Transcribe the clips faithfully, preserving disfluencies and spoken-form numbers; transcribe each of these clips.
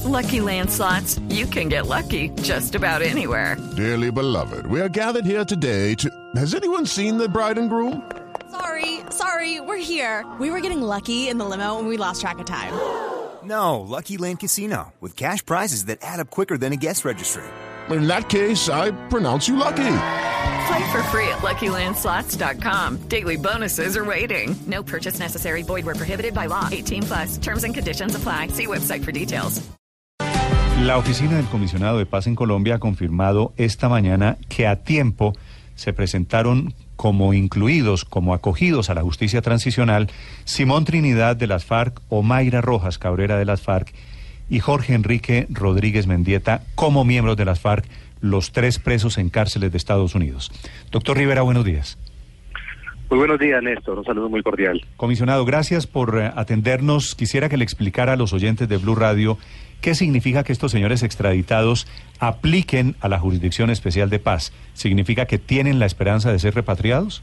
Lucky Land Slots, you can get lucky just about anywhere. Dearly beloved, we are gathered here today to... Has anyone seen the bride and groom? Sorry, sorry, we're here. We were getting lucky in the limo and we lost track of time. No, Lucky Land Casino, with cash prizes that add up quicker than a guest registry. In that case, I pronounce you lucky. Play for free at Lucky Land Slots dot com. Daily bonuses are waiting. No purchase necessary. Void where prohibited by law. eighteen plus. Terms and conditions apply. See website for details. La Oficina del Comisionado de Paz en Colombia ha confirmado esta mañana que a tiempo se presentaron como incluidos, como acogidos a la justicia transicional, Simón Trinidad de las FARC, Omaira Rojas Cabrera de las FARC y Jorge Enrique Rodríguez Mendieta como miembros de las FARC, los tres presos en cárceles de Estados Unidos. Doctor Rivera, buenos días. Muy buenos días, Néstor. Un saludo muy cordial. Comisionado, gracias por eh, atendernos. Quisiera que le explicara a los oyentes de Blue Radio qué significa que estos señores extraditados apliquen a la Jurisdicción Especial de Paz. ¿Significa que tienen la esperanza de ser repatriados?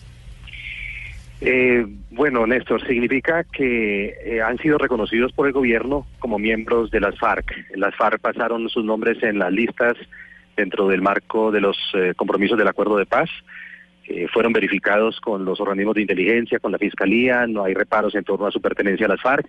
Eh, bueno, Néstor, significa que eh, han sido reconocidos por el gobierno como miembros de las FARC. Las FARC pasaron sus nombres en las listas dentro del marco de los eh, compromisos del Acuerdo de Paz. Eh, fueron verificados con los organismos de inteligencia, con la Fiscalía, no hay reparos en torno a su pertenencia a las FARC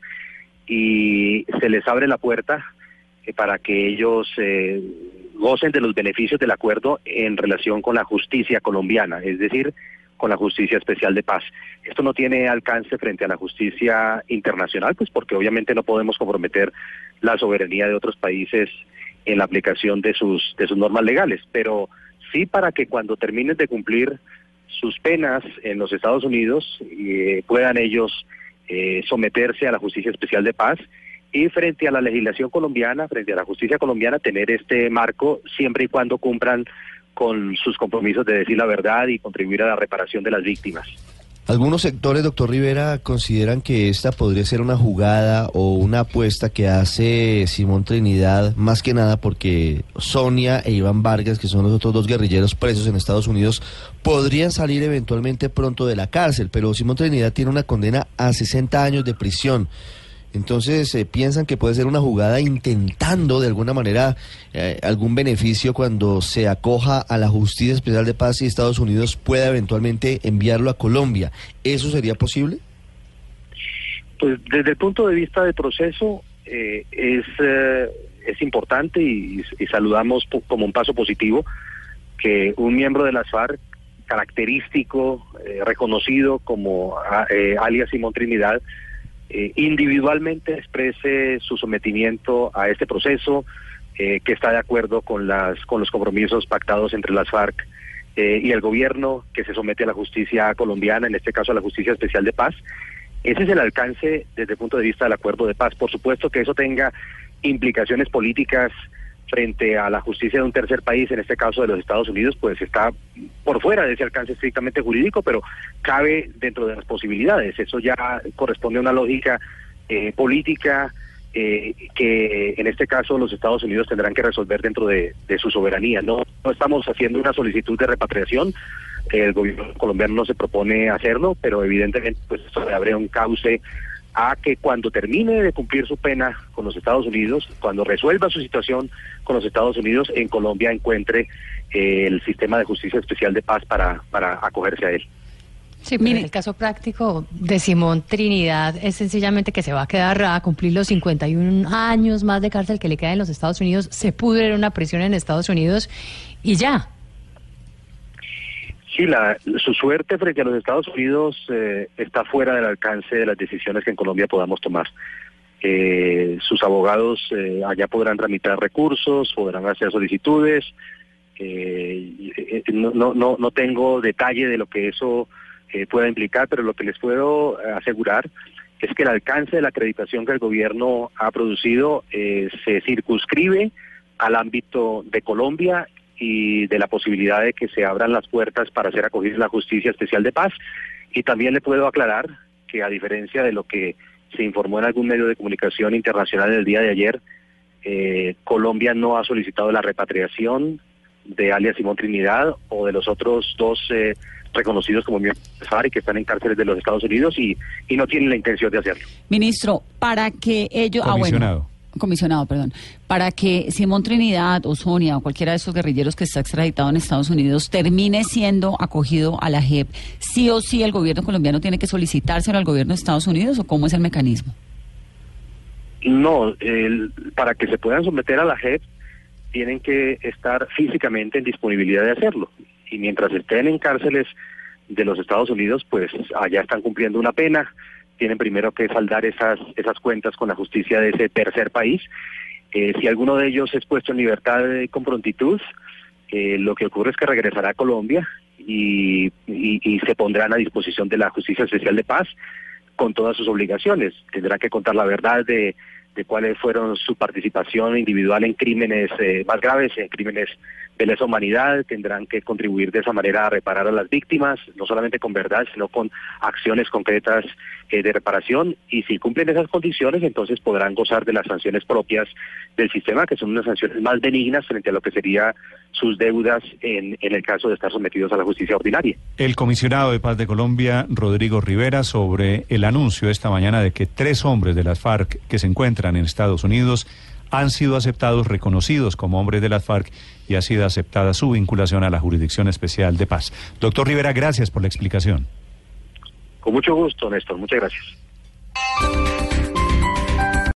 y se les abre la puerta eh, para que ellos eh, gocen de los beneficios del acuerdo en relación con la justicia colombiana, es decir, con la Justicia Especial de Paz. Esto no tiene alcance frente a la justicia internacional, pues porque obviamente no podemos comprometer la soberanía de otros países en la aplicación de sus de sus normas legales, pero sí para que cuando terminen de cumplir sus penas en los Estados Unidos eh, puedan ellos eh, someterse a la Justicia Especial de Paz y frente a la legislación colombiana, frente a la justicia colombiana, tener este marco siempre y cuando cumplan con sus compromisos de decir la verdad y contribuir a la reparación de las víctimas. Algunos sectores, doctor Rivera, consideran que esta podría ser una jugada o una apuesta que hace Simón Trinidad, más que nada porque Sonia e Iván Vargas, que son los otros dos guerrilleros presos en Estados Unidos, podrían salir eventualmente pronto de la cárcel, pero Simón Trinidad tiene una condena a sesenta años de prisión. Entonces, eh, ¿piensan que puede ser una jugada intentando de alguna manera eh, algún beneficio cuando se acoja a la Justicia Especial de Paz y Estados Unidos pueda eventualmente enviarlo a Colombia? ¿Eso sería posible? Pues desde el punto de vista del proceso eh, es, eh, es importante y, y saludamos po- como un paso positivo que un miembro de las FARC característico, eh, reconocido como eh, alias Simón Trinidad, Eh, individualmente exprese su sometimiento a este proceso, eh, que está de acuerdo con las con los compromisos pactados entre las FARC eh, y el gobierno, que se somete a la justicia colombiana, en este caso a la Justicia Especial de Paz. Ese es el alcance desde el punto de vista del Acuerdo de Paz. Por supuesto que eso tenga implicaciones políticas frente a la justicia de un tercer país, en este caso de los Estados Unidos, pues está por fuera de ese alcance estrictamente jurídico, pero cabe dentro de las posibilidades. Eso ya corresponde a una lógica eh, política eh, que en este caso los Estados Unidos tendrán que resolver dentro de, de su soberanía. No, no estamos haciendo una solicitud de repatriación, el gobierno colombiano no se propone hacerlo, pero evidentemente pues esto le abre un cauce a que cuando termine de cumplir su pena con los Estados Unidos, cuando resuelva su situación con los Estados Unidos, en Colombia encuentre eh, el sistema de justicia especial de paz para, para acogerse a él. Sí, mire, el caso práctico de Simón Trinidad es sencillamente que se va a quedar a cumplir los cincuenta y un años más de cárcel que le queda en los Estados Unidos, se pudre en una prisión en Estados Unidos y ya. Sí, la, su suerte frente a los Estados Unidos eh, está fuera del alcance de las decisiones que en Colombia podamos tomar. Eh, sus abogados eh, allá podrán tramitar recursos, podrán hacer solicitudes. Eh, eh, no, no, no, no tengo detalle de lo que eso eh, pueda implicar, pero lo que les puedo asegurar es que el alcance de la acreditación que el gobierno ha producido eh, se circunscribe al ámbito de Colombia y de la posibilidad de que se abran las puertas para ser acogidos en la Justicia Especial de Paz. Y también le puedo aclarar que, a diferencia de lo que se informó en algún medio de comunicación internacional el día de ayer, eh, Colombia no ha solicitado la repatriación de alias Simón Trinidad o de los otros dos eh, reconocidos como miembros de FARC y que están en cárceles de los Estados Unidos y, y no tienen la intención de hacerlo. Ministro, para que ellos... Comisionado. Ah, bueno. comisionado, perdón, para que Simón Trinidad o Sonia o cualquiera de esos guerrilleros que está extraditado en Estados Unidos termine siendo acogido a la J E P, ¿sí o sí el gobierno colombiano tiene que solicitárselo al gobierno de Estados Unidos o cómo es el mecanismo? No, el, para que se puedan someter a la J E P tienen que estar físicamente en disponibilidad de hacerlo. Y mientras estén en cárceles de los Estados Unidos, pues allá están cumpliendo una pena, tienen primero que saldar esas esas cuentas con la justicia de ese tercer país. Eh, si alguno de ellos es puesto en libertad eh, con prontitud, eh, lo que ocurre es que regresará a Colombia y, y, y se pondrán a disposición de la Justicia Especial de Paz con todas sus obligaciones. Tendrán que contar la verdad de, de cuáles fueron su participación individual en crímenes eh, más graves, en crímenes de lesa humanidad. Tendrán que contribuir de esa manera a reparar a las víctimas, no solamente con verdad, sino con acciones concretas eh, de reparación, y si cumplen esas condiciones, entonces podrán gozar de las sanciones propias del sistema, que son unas sanciones más benignas frente a lo que sería sus deudas en, en el caso de estar sometidos a la justicia ordinaria. El comisionado de Paz de Colombia, Rodrigo Rivera, sobre el anuncio esta mañana de que tres hombres de las FARC que se encuentran en Estados Unidos han sido aceptados, reconocidos como hombres de las FARC, y ha sido aceptada su vinculación a la Jurisdicción Especial de Paz. Doctor Rivera, gracias por la explicación. Con mucho gusto, Néstor. Muchas gracias.